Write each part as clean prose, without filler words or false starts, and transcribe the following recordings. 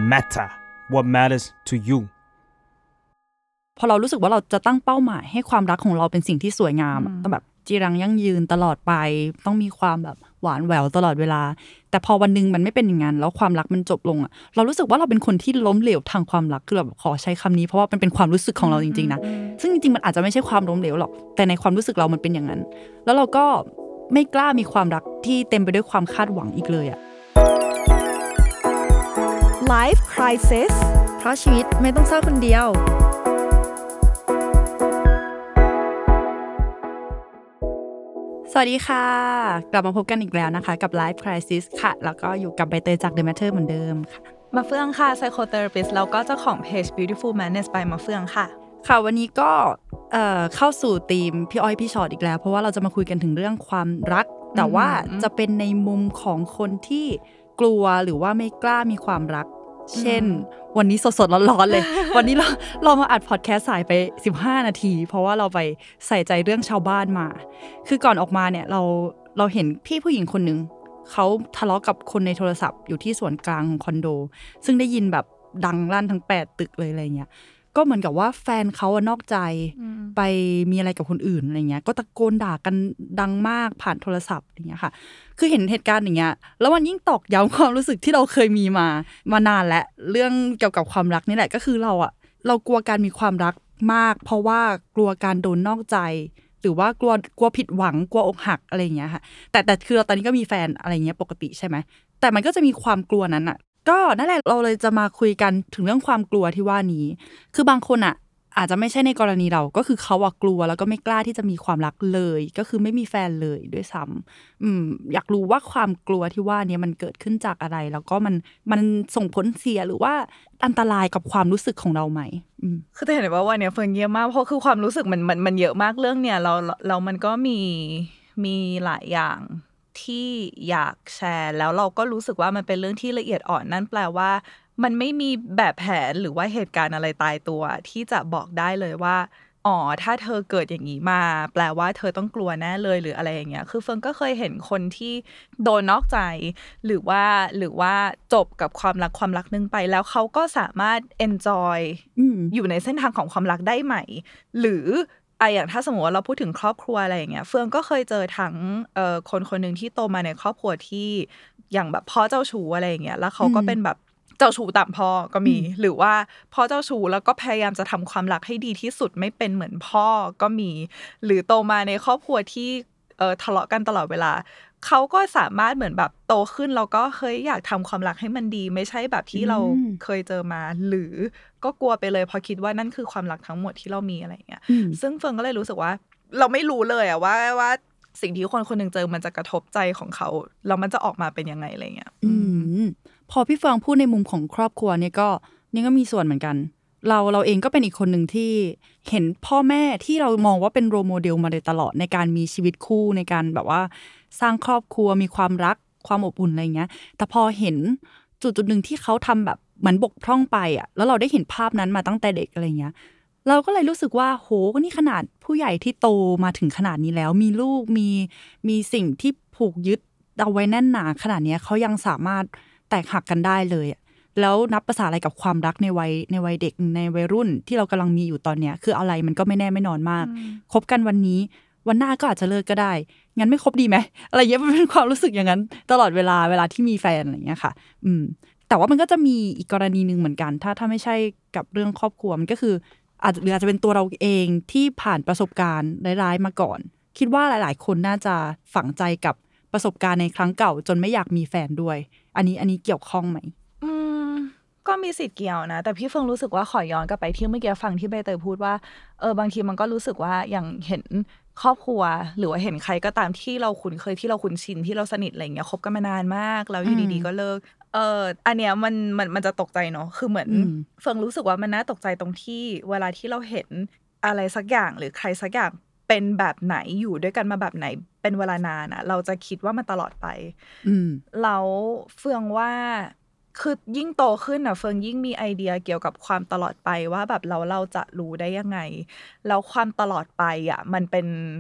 matter what matters to you พอเรารู้สึกว่าเราจะตั้งเป้าหมายให้ความรักของเราเป็นสิ่งที่สวยงามต้องแบบจีรังยั่งยืนตลอดไปต้องมีความแบบหวานแหววตลอดเวลาแต่พอวันนึงมันไม่เป็นอย่างนั้นแล้วความรักมันจบลงอ่ะเรารู้สึกว่าเราเป็นคนที่ล้มเหลวทางความรักคือแบบขอใช้คำนี้เพราะว่ามันเป็นความรู้สึกของเราจริงๆนะซึ่งจริงๆมันอาจจะไม่ใช่ความล้มเหลวหรอกแต่ในความรู้สึกเรามันเป็นอย่างนั้นแล้วเราก็ไม่กล้ามีความรักที่เต็มไปด้วยความคาดหวังอีกเลยอ่ะ Life Crisis เพราะชีวิตไม่ต้องเศร้าคนเดียวสวัสดีค่ะกลับมาพบกันอีกแล้วนะคะกับ Life Crisis ค่ะแล้วก็อยู่กับใบเตยจาก The Matter เหมือนเดิมค่ะมาเฟื่องค่ะ Psychotherapist แล้วก็เจ้าของเพจ Beautiful Madness by มาเฟื่องค่ะค่ะวันนี้ก็เข้าสู่ธีมพี่อ้อยพี่ชอตอีกแล้วเพราะว่าเราจะมาคุยกันถึงเรื่องความรักแต่ว่าจะเป็นในมุมของคนที่กลัวหรือว่าไม่กล้ามีความรักเช่นวันนี้สดๆร้อนๆเลย วันนี้เรามาอัดพอดแคสต์สายไป15นาทีเพราะว่าเราไปใส่ใจเรื่องชาวบ้านมาคือก่อนออกมาเนี่ยเราเห็นพี่ผู้หญิงคนนึงเขาทะเลาะกับคนในโทรศัพท์อยู่ที่ส่วนกลางของคอนโดซึ่งได้ยินแบบดังลั่นทั้ง8ตึกเลยอะไรเงี้ยก็เหมือนกับว่าแฟนเขานอกใจไปมีอะไรกับคนอื่นอะไรเงี้ยก็ตะโกนด่ากันดังมากผ่านโทรศัพท์อย่างเงี้ยค่ะคือเห็นเหตุการณ์อย่างเงี้ยแล้วมันยิ่งตอกย้ำความรู้สึกที่เราเคยมีมานานแล้วเรื่องเกี่ยวกับความรักนี่แหละก็คือเรากลัวการมีความรักมากเพราะว่ากลัวการโดนนอกใจหรือว่ากลัวผิดหวังกลัวอกหักอะไรอย่างเงี้ยค่ะแต่คือเราตอนนี้ก็มีแฟนอะไรเงี้ยปกติใช่ไหมแต่มันก็จะมีความกลัวนั้นอ่ะก็นั่นแหละเราเลยจะมาคุยกันถึงเรื่องความกลัวที่ว่านี้คือบางคนอ่ะอาจจะไม่ใช่ในกรณีเราก็คือเขากลัวแล้วก็ไม่กล้าที่จะมีความรักเลยก็คือไม่มีแฟนเลยด้วยซ้ำอยากรู้ว่าความกลัวที่ว่านี้มันเกิดขึ้นจากอะไรแล้วก็มันส่งผลเสียหรือว่าอันตรายกับความรู้สึกของเราไหมคือจะเห็นว่าวันนี้เฟิร์นเยอะมากเพราะคือความรู้สึกมันเยอะมากเรื่องเนี่ยเรามันก็มีหลายอย่างที่อยากแชร์แล้วเราก็รู้สึกว่ามันเป็นเรื่องที่ละเอียดอ่อนนั่นแปลว่ามันไม่มีแบบแผนหรือว่าเหตุการณ์อะไรตายตัวที่จะบอกได้เลยว่าอ๋อถ้าเธอเกิดอย่างนี้มาแปลว่าเธอต้องกลัวแน่เลยหรืออะไรอย่างเงี้ยคือเฟิร์นก็เคยเห็นคนที่โดนนอกใจหรือว่าจบกับความรักนึงไปแล้วเขาก็สามารถ enjoy อยู่ในเส้นทางของความรักได้ใหม่หรืออย่างถ้าสมมติว่าเราพูดถึงครอบครัวอะไรอย่างเงี้ยเฟืองก็เคยเจอทั้งคนนึงที่โตมาในครอบครัวที่อย่างแบบพ่อเจ้าชู้อะไรอย่างเงี้ยแล้วเขาก็เป็นแบบเจ้าชู้ตามพ่อก็มีหรือว่าพ่อเจ้าชู้แล้วก็พยายามจะทำความรักให้ดีที่สุดไม่เป็นเหมือนพ่อก็มีหรือโตมาในครอบครัวที่ทะเลาะกันตลอดเวลาเขาก็สามารถเหมือนแบบโตขึ้นแล้วก็เฮ้ยอยากทำความรักให้มันดีไม่ใช่แบบที่เราเคยเจอมาหรือก็กลัวไปเลยเพราะคิดว่านั่นคือความรักทั้งหมดที่เรามีอะไรอย่างเงี้ยซึ่งเฟิงก็เลยรู้สึกว่าเราไม่รู้เลยอะว่าสิ่งที่คนคนนึงเจอมันจะกระทบใจของเขาแล้วมันจะออกมาเป็นยังไงอะไรเงี้ยพอพี่เฟิงพูดในมุมของครอบครัวเนี่ยก็มีส่วนเหมือนกันเราเองก็เป็นอีกคนหนึ่งที่เห็นพ่อแม่ที่เรามองว่าเป็นโรลโมเดลมาโดยตลอดในการมีชีวิตคู่ในการแบบว่าสร้างครอบครัวมีความรักความอบอุ่นอะไรเงี้ยแต่พอเห็นจุดหนึ่งที่เขาทำแบบเหมือนบกพร่องไปอ่ะแล้วเราได้เห็นภาพนั้นมาตั้งแต่เด็กอะไรเงี้ยเราก็เลยรู้สึกว่าโหนี่ขนาดผู้ใหญ่ที่โตมาถึงขนาดนี้แล้วมีลูกมีสิ่งที่ผูกยึดเอาไว้แน่นหนาขนาดนี้เขายังสามารถแตกหักกันได้เลยแล้วนับภาษาอะไรกับความรักในวัยเด็กในวัยรุ่นที่เรากำลังมีอยู่ตอนเนี้ยคืออะไรมันก็ไม่แน่ไม่นอนมากคบกันวันนี้วันหน้าก็อาจจะเลิกก็ได้งั้นไม่คบดีไหมอะไรเงี้ยมันเป็นความรู้สึกอย่างนั้นตลอดเวลาที่มีแฟนอะไรเงี้ยค่ะแต่ว่ามันก็จะมีอีกกรณีนึงเหมือนกันถ้าไม่ใช่กับเรื่องครอบครัวมันก็คืออาจจะเป็นตัวเราเองที่ผ่านประสบการณ์ร้ายๆมาก่อนคิดว่าหลายๆคนน่าจะฝังใจกับประสบการณ์ในครั้งเก่าจนไม่อยากมีแฟนด้วยอันนี้เกี่ยวข้องไหมก็มีสิทธิ์เกี่ยวนะแต่พี่เฟิงรู้สึกว่าขอย้อนกลับไปที่เมื่อกี้ฟังที่ใบเตยพูดว่าบางทีมันก็รู้สึกว่าอย่างเห็นครอบครัวหรือว่าเห็นใครก็ตามที่เราคุ้นเคยที่เราคุ้นชินที่เราสนิทอะไรเงี้ยคบกันมานานมากแล้วอยู่ดีๆก็เลิกอันเนี้ยมันจะตกใจเนาะคือเหมือนเฟิงรู้สึกว่ามันน่าตกใจตรงที่เวลาที่เราเห็นอะไรสักอย่างหรือใครสักอย่างเป็นแบบไหนอยู่ด้วยกันมาแบบไหนเป็นเวลานานอะเราจะคิดว่ามันตลอดไปแล้วเฟืองว่าคือยิ่งโตขึ้นอ่ะเฟิงยิ่งมีไอเดียเกี่ยวกับความตลอดไปว่าแบบเราจะรู้ได้ยังไงแล้วความตลอดไปอ่ะมันเป็น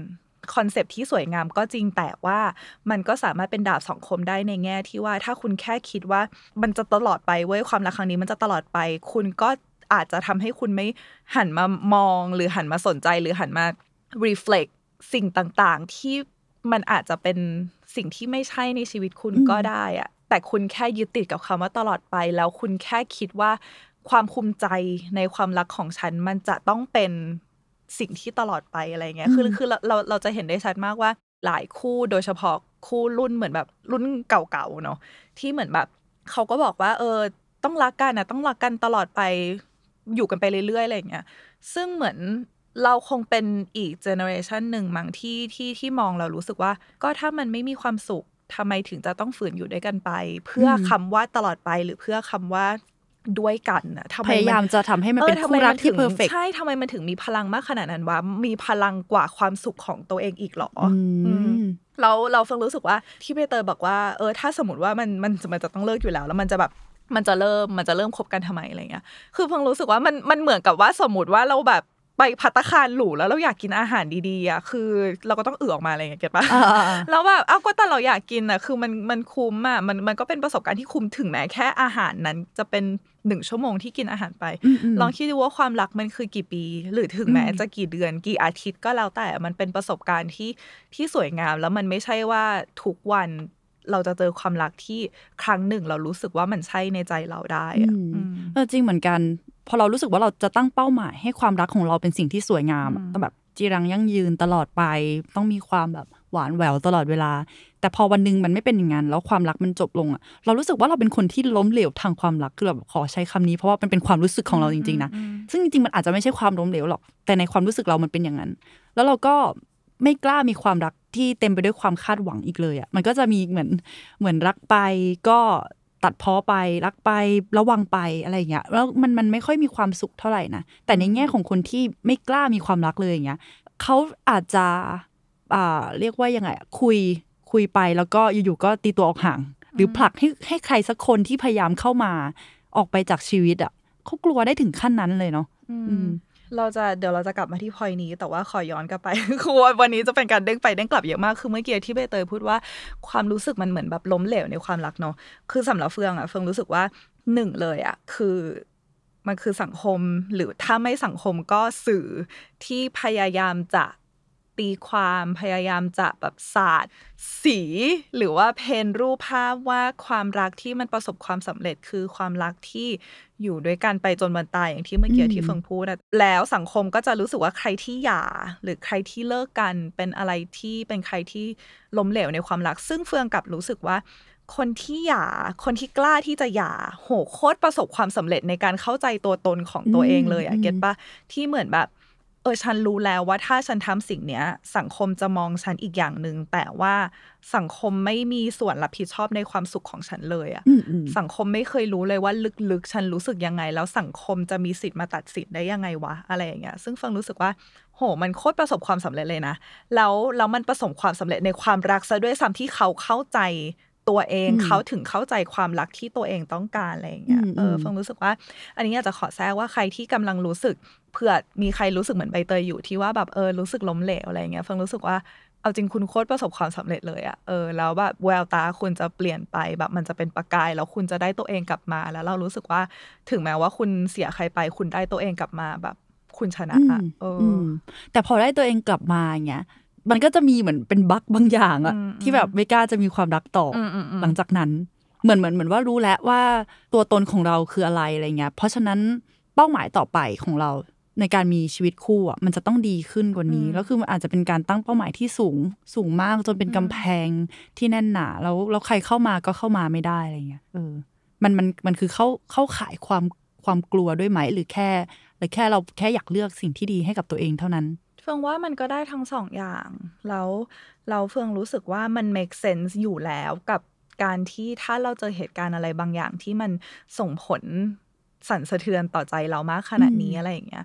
คอนเซปต์ที่สวยงามก็จริงแต่ว่ามันก็สามารถเป็นดาบสองคมได้ในแง่ที่ว่าถ้าคุณแค่คิดว่ามันจะตลอดไปเว้ยความรักครั้งนี้มันจะตลอดไปคุณก็อาจจะทำให้คุณไม่หันมามองหรือหันมาสนใจหรือหันมา reflect สิ่งต่างๆที่มันอาจจะเป็นสิ่งที่ไม่ใช่ในชีวิตคุณก็ได้อะแต่คุณแค่ยึดติดกับคำว่าตลอดไปแล้วคุณแค่คิดว่าความภูมิใจในความรักของฉันมันจะต้องเป็นสิ่งที่ตลอดไปอะไรเงี้ยคือเราจะเห็นได้ชัดมากว่าหลายคู่โดยเฉพาะคู่รุ่นเหมือนแบบรุ่นเก่าๆเนาะที่เหมือนแบบเขาก็บอกว่าต้องรักกันนะต้องรักกันตลอดไปอยู่กันไปเรื่อยๆอะไรอย่างเงี้ยซึ่งเหมือนเราคงเป็นอีกเจเนอเรชันหนึ่งมั้งที่มองเรารู้สึกว่าก็ถ้ามันไม่มีความสุขทำไมถึงจะต้องฝืนอยู่ด้วยกันไปเพื่อคำว่าตลอดไปหรือเพื่อคำว่าด้วยกันนะพยายามจะทำให้มันเป็นคู่รักที่เพอร์เฟกต์ใช่ทำไมมันถึงมีพลังมากขนาดนั้นวะมีพลังกว่าความสุขของตัวเองอีกหรอเราฟังรู้สึกว่าที่ใบเตยบอกว่าถ้าสมมติว่ามันจะต้องเลิกอยู่แล้วแล้วมันจะแบบมันจะเริ่มคบกันทำไมอะไรเงี้ยคือฟังรู้สึกว่ามันเหมือนกับว่าสมมติว่าเราแบบไปภัตตาคารหรูแล้วเราอยากกินอาหารดีๆอ่ะคือเราก็ต้องออกมาอะไรอย่างเงี้ยเก็ทป่ะแล้วแบบก็แต่เราอยากกินอ่ะคือมันคุ้มอ่ะมันก็เป็นประสบการณ์ที่คุ้มถึงแม้แค่อาหารนั้นจะเป็น1 ชั่วโมงที่กินอาหารไปลองคิดดูว่าความรักมันคือกี่ปีหรือถึงแม้จะกี่เดือนกี่อาทิตย์ก็แล้วแต่มันเป็นประสบการณ์ที่สวยงามแล้วมันไม่ใช่ว่าทุกวันเราจะเจอความรักที่ครั้งหนึ่งเรารู้สึกว่ามันใช่ในใจเราได้อ่ะจริงเหมือนกันพอเรารู้สึกว่าเราจะตั้งเป้าหมายให้ความรักของเราเป็นสิ่งที่สวยงามต้องแบบจีรังยั่งยืนตลอดไปต้องมีความแบบหวานแหววตลอดเวลาแต่พอวันนึงมันไม่เป็นอย่างนั้นแล้วความรักมันจบลงอ่ะเรารู้สึกว่าเราเป็นคนที่ล้มเหลวทางความรักคือแบบขอใช้คำนี้เพราะว่ามันเป็นความรู้สึกของเราจริงๆนะซึ่งจริงๆมันอาจจะไม่ใช่ความล้มเหลวหรอกแต่ในความรู้สึกเรามันเป็นอย่างนั้นแล้วเราก็ไม่กล้ามีความรักที่เต็มไปด้วยความคาดหวังอีกเลยอ่ะมันก็จะมีเหมือนรักไปก็ตัดพ้อไปรักไประวังไปอะไรอย่างเงี้ยแล้วมันไม่ค่อยมีความสุขเท่าไหร่นะแต่ในแง่ของคนที่ไม่กล้ามีความรักเลยอย่างเงี้ยเขาอาจจะเรียกว่ายังไงคุยไปแล้วก็อยู่ๆก็ตีตัวออกห่างหรือผลักให้ใครสักคนที่พยายามเข้ามาออกไปจากชีวิตอ่ะเขากลัวได้ถึงขั้นนั้นเลยเนาะเดี๋ยวเราจะกลับมาที่พอยนี้แต่ว่าขอย้อนกลับไป คือวันนี้จะเป็นการเด้งไปเด้งกลับเยอะมากคือเมื่อกี้ที่ใบเตยพูดว่าความรู้สึกมันเหมือนแบบล้มเหลวในความรักเนาะคือสำหรับเฟืองรู้สึกว่า1เลยคือมันคือสังคมหรือถ้าไม่สังคมก็สื่อที่พยายามจะตีความพยายามจะแบบศาสตร์สีหรือว่าเพ้นรูปภาพว่าความรักที่มันประสบความสำเร็จคือความรักที่อยู่ด้วยกันไปจนวันตายอย่างที่เมื่อกี้ที่เฟิงพูดนะแล้วสังคมก็จะรู้สึกว่าใครที่หย่าหรือใครที่เลิกกันเป็นอะไรที่เป็นใครที่ล้มเหลวในความรักซึ่งเฟืองกลับรู้สึกว่าคนที่หย่าคนที่กล้าที่จะหย่าโหโคตรประสบความสำเร็จในการเข้าใจตัวตนของตัวเองเลยเก็ทป่ะที่เหมือนแบบฉันรู้แล้วว่าถ้าฉันทำสิ่งเนี้ยสังคมจะมองฉันอีกอย่างนึงแต่ว่าสังคมไม่มีส่วนรับผิดชอบในความสุขของฉันเลยสังคมไม่เคยรู้เลยว่าลึกๆฉันรู้สึกยังไงแล้วสังคมจะมีสิทธิ์มาตัดสินได้ยังไงวะอะไรอย่างเงี้ยซึ่งฟังรู้สึกว่าโหมันโคตรประสบความสำเร็จเลยนะแล้วมันประสบความสำเร็จในความรักซะด้วยซ้ำที่เขาเข้าใจตัวเองเขาถึงเข้าใจความรักที่ตัวเองต้องการอะไรอย่างเงี้ยฟังรู้สึกว่าอันนี้อยากจะขอแทรกว่าใครที่กำลังรู้สึกเผื่อมีใครรู้สึกเหมือนใบเตยอยู่ที่ว่าแบบรู้สึกล้มเหลวอะไรอย่างเงี้ยฟังรู้สึกว่าเอาจริงคุณโคตรประสบความสำเร็จเลยแล้วแบบแววตาคุณจะเปลี่ยนไปแบบมันจะเป็นประกายแล้วคุณจะได้ตัวเองกลับมาแล้วเรารู้สึกว่าถึงแม้ว่าคุณเสียใครไปคุณได้ตัวเองกลับมาแบบคุณชนะแต่พอได้ตัวเองกลับมาอย่างเงี้ยมันก็จะมีเหมือนเป็นบั๊กบางอย่างอะที่แบบไม่กล้าจะมีความรักต่อหลังจากนั้นเหมือนว่ารู้แล้วว่าตัวตนของเราคืออะไรเงี้ยเพราะฉะนั้นเป้าหมายต่อไปของเราในการมีชีวิตคู่อ่ะมันจะต้องดีขึ้นกว่านี้แล้วคือมันอาจจะเป็นการตั้งเป้าหมายที่สูงมากจนเป็นกำแพงที่แน่นหนาแล้วใครเข้ามาก็เข้ามาไม่ได้อะไรเงี้ยมันคือเข้าขายความกลัวด้วยไหมหรือแค่เราแค่อยากเลือกสิ่งที่ดีให้กับตัวเองเท่านั้นเฟืองว่ามันก็ได้ทั้งสองอย่างแล้วเราเฟืองรู้สึกว่ามัน make sense อยู่แล้วกับการที่ถ้าเราเจอเหตุการณ์อะไรบางอย่างที่มันส่งผลสั่นสะเทือนต่อใจเรามากขนาดนี้อะไรอย่างเงี้ย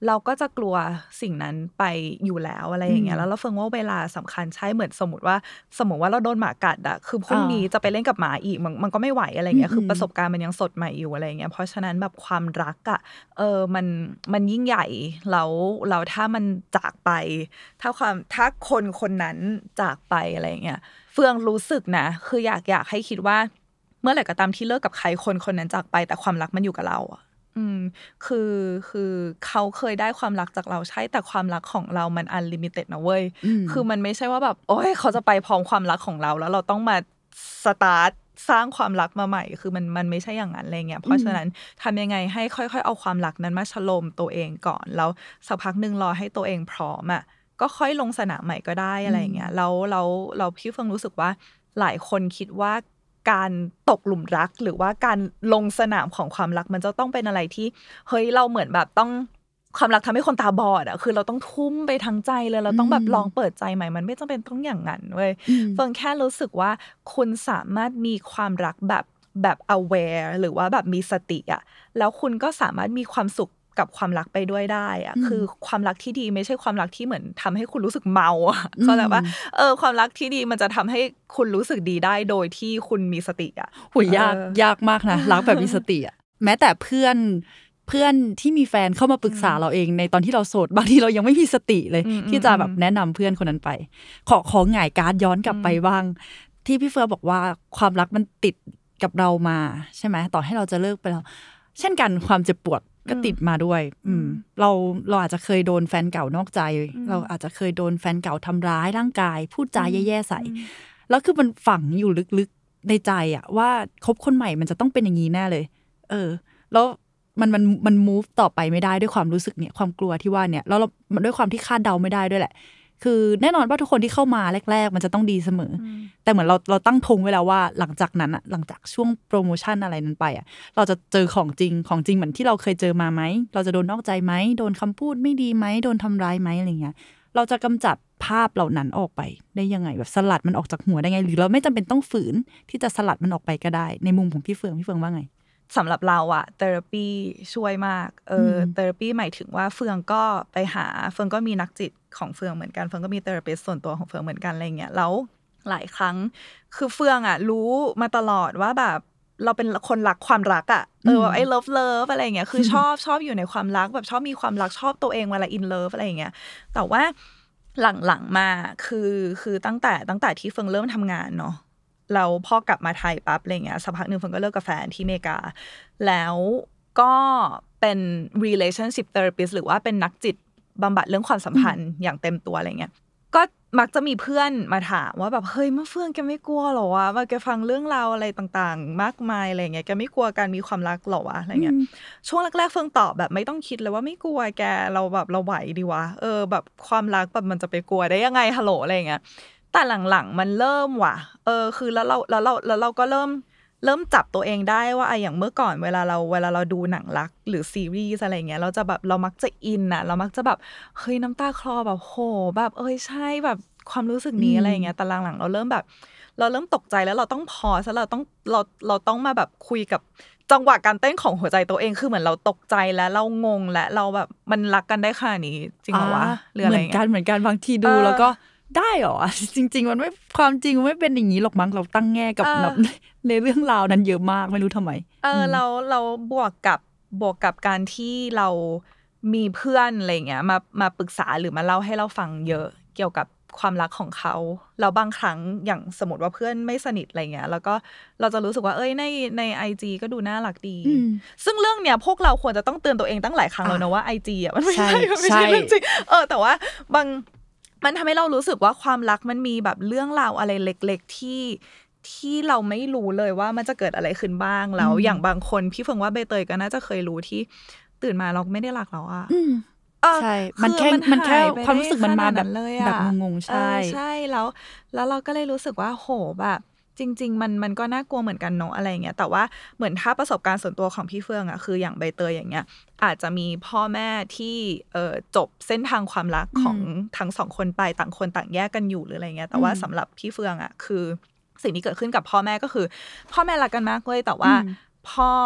เราก็จะกลัวสิ่งนั้นไปอยู่แล้วอะไรอย่างเงี้ยแล้วเราเฟิงว่าเวลาสำคัญใช่เหมือนสมมติว่าเราโดนหมากัดอ่ะคือพรุ่งนี้จะไปเล่นกับหมาอีกมันก็ไม่ไหวอะไรเงี้ยคือประสบการณ์มันยังสดใหม่อยู่อะไรเงี้ยเพราะฉะนั้นแบบความรักอ่ะมันยิ่งใหญ่แล้วถ้ามันจากไปถ้าคนนั้นจากไปอะไรเงี้ยเฟืองรู้สึกนะคืออยากให้คิดว่าเมื่อไหร่ก็ตามที่เลิกกับใครคนนั้นจากไปแต่ความรักมันอยู่กับเราอ่ะคือเขาเคยได้ความรักจากเราใช่แต่ความรักของเรามันอันลิมิเต็ดนะเว้ยคือมันไม่ใช่ว่าแบบโอ๊ยเขาจะไปพร้อมความรักของเราแล้วเราต้องมาสตาร์ทสร้างความรักมาใหม่คือมันไม่ใช่อย่างนั้นอะไรเงี้ยเพราะฉะนั้นทำยังไงให้ค่อยๆเอาความรักนั้นมาชโลมตัวเองก่อนแล้วสักพักนึงรอให้ตัวเองพร้อมอ่ะก็ค่อยลงสนามใหม่ก็ได้อะไรเงี้ยแล้วพี่เฟิงรู้สึกว่าหลายคนคิดว่าการตกหลุมรักหรือว่าการลงสนามของความรักมันจะต้องเป็นอะไรที่เฮ้ยเราเหมือนแบบต้องความรักทำให้คนตาบอดอ่ะคือเราต้องทุ่มไปทั้งใจเลยเราต้องแบบลองเปิดใจใหม่มันไม่จำเป็นต้องอย่างนั้นเว้ยเฟิงแค่รู้สึกว่าคุณสามารถมีความรักแบบ aware หรือว่าแบบมีสติอ่ะแล้วคุณก็สามารถมีความสุขกับความรักไปด้วยได้อ่ะคือความรักที่ดีไม่ใช่ความรักที่เหมือนทำให้คุณรู้สึกเมาอ่ะก็แต่ว่าความรักที่ดีมันจะทำให้คุณรู้สึกดีได้โดยที่คุณมีสติอ่ะหุยยากมากนะรักแบบมีสติอ่ะแม้แต่เพื่อนที่มีแฟนเข้ามาปรึกษาเราเองในตอนที่เราโสดบางทีเรายังไม่มีสติเลยที่จะแบบแนะนำเพื่อนคนนั้นไปขอหงายการ์ดย้อนกลับไปบ้างที่พี่เฟื่องบอกว่าความรักมันติดกับเรามาใช่ไหมต่อให้เราจะเลิกไปแล้วเช่นกันความเจ็บปวดก็ติดมาด้วยเราอาจจะเคยโดนแฟนเก่านอกใจเราอาจจะเคยโดนแฟนเก่าทำร้ายร่างกายพูดจาแย่ๆใส่แล้วคือมันฝังอยู่ลึกๆในใจอะว่าคบคนใหม่มันจะต้องเป็นอย่างนี้แน่เลยแล้วมัน move ต่อไปไม่ได้ด้วยความรู้สึกเนี่ยความกลัวที่ว่าเนี่ยแล้วมันด้วยความที่คาดเดาไม่ได้ด้วยแหละคือแน่นอนว่าทุกคนที่เข้ามาแรกๆมันจะต้องดีเสมอแต่เหมือนเราตั้งธงไว้แล้วว่าหลังจากนั้นอะหลังจากช่วงโปรโมชั่นอะไรนั้นไปอะเราจะเจอของจริงเหมือนที่เราเคยเจอมาไหมเราจะโดนนอกใจไหมโดนคำพูดไม่ดีไหมโดนทำร้ายไหมอะไรเงี้ยเราจะกำจัดภาพเหล่านั้นออกไปได้ยังไงแบบสลัดมันออกจากหัวได้ไงหรือเราไม่จำเป็นต้องฝืนที่จะสลัดมันออกไปก็ได้ในมุมของพี่เฟืองว่าไงสำหรับเราอะเทอราปีช่วยมากเทอราปีหมายถึงว่าเฟืองก็ไปหาเฟืองก็มีนักจิตของเฟืองเหมือนกันเฟืองก็มีเทอราปิสต์ส่วนตัวของเฟืองเหมือนกันอะไรเงี้ยแล้วหลายครั้งคือเฟืองอะรู้มาตลอดว่าแบบเราเป็นคนรักความรักอะไอ้ love อะไรเงี้ยคือชอบอยู่ในความรักแบบชอบมีความรักชอบตัวเองเวลา in love อะไรเงี้ยแต่ว่าหลังๆมาคือตั้งแต่ที่เฟืองเริ่มทำงานเนาะแล้วพอกลับมาไทยปั๊บอะไรเงี้ยสักพักนึงเฟิงก็เลิกกับแฟนที่อเมริกาแล้วก็เป็น relationship therapist หรือว่าเป็นนักจิตบำบัดเรื่องความสัมพันธ์อย่างเต็มตัวอะไรเงี้ยก็มักจะมีเพื่อนมาถามว่าแบบเฮ้ยมะเฟืองแกไม่กลัวหรอวะว่าแกฟังเรื่องราวอะไรต่างๆมากมายอะไรเงี้ยแกไม่กลัวการมีความรักหรอวะอะไรเงี้ยช่วงแรกๆเฟืองตอบแบบไม่ต้องคิดเลยว่าไม่กลัวแกเราแบบเราไหวดีวะแบบความรักแบบมันจะไปกลัวได้ยังไงฮัลโหลอะไรเงี้ยแต่หลังๆมันเริ่มว่ะคือแล้วเราก็เริ่มจับตัวเองได้ว่าอย่างเมื่อก่อนเวลาเราดูหนังรักหรือซีรีส์อะไรเงี้ยเราจะแบบเรามักจะอินเรามักจะแบบเฮ้ยน้ำตาคลอแบบโหแบบใช่แบบความรู้สึกนี้อะไรเงี้ยแต่หลังๆเราเริ่มตกใจแล้วเราต้องพอซะเราต้องมาแบบคุยกับจังหวะการเต้นของหัวใจตัวเองคือเหมือนเราตกใจแล้วเรางงและเราแบบมันรักกันได้ขนาดนี้จริงเหรอวะหรืออะไรเงี้ยเหมือนกันบางทีดูแล้วก็ได้หรอจริงๆมันไม่ความจริงมันไม่เป็นอย่างนี้หรอกมั้งเราตั้งแง่กับในเรื่องราวนั้นเยอะมากไม่รู้ทำไมเราบวกกับการที่เรามีเพื่อนอะไรเงี้ยมาปรึกษาหรือมาเล่าให้เราฟังเยอะเกี่ยวกับความรักของเขาแล้วบางครั้งอย่างสมมติว่าเพื่อนไม่สนิทอะไรเงี้ยแล้วก็เราจะรู้สึกว่าใน IG ก็ดูน่ารักดีซึ่งเรื่องเนี้ยพวกเราควรจะต้องเตือนตัวเองตั้งหลายครั้งแล้วนะว่า IG อ่ะมันไม่ใช่เรื่องจริงแต่ว่ามันทำให้เรารู้สึกว่าความรักมันมีแบบเรื่องราวอะไรเล็กๆที่เราไม่รู้เลยว่ามันจะเกิดอะไรขึ้นบ้างแล้วอย่างบางคนพี่เฟิงว่าใบเตยก็น่าจะเคยรู้ที่ตื่นมาเราไม่ได้รักแล้วอ่ะใช่มันแค่ความรู้สึกมันมาแบบงงๆใช่แล้วเราก็เลยรู้สึกว่าโหแบบจริงๆมันก็น่ากลัวเหมือนกันเนาะอะไรเงี้ยแต่ว่าเหมือนถ้าประสบการณ์ส่วนตัวของพี่เฟืองอ่ะคืออย่างใบเตยอย่างเงี้ยอาจจะมีพ่อแม่ที่จบเส้นทางความรักของทั้งสองคนไปต่างคนต่างแยกกันอยู่หรืออะไรเงี้ยแต่ว่าสำหรับพี่เฟืองอ่ะคือสิ่งที่เกิดขึ้นกับพ่อแม่ก็คือพ่อแม่รักกันมากเลยแต่ว่าพ่อ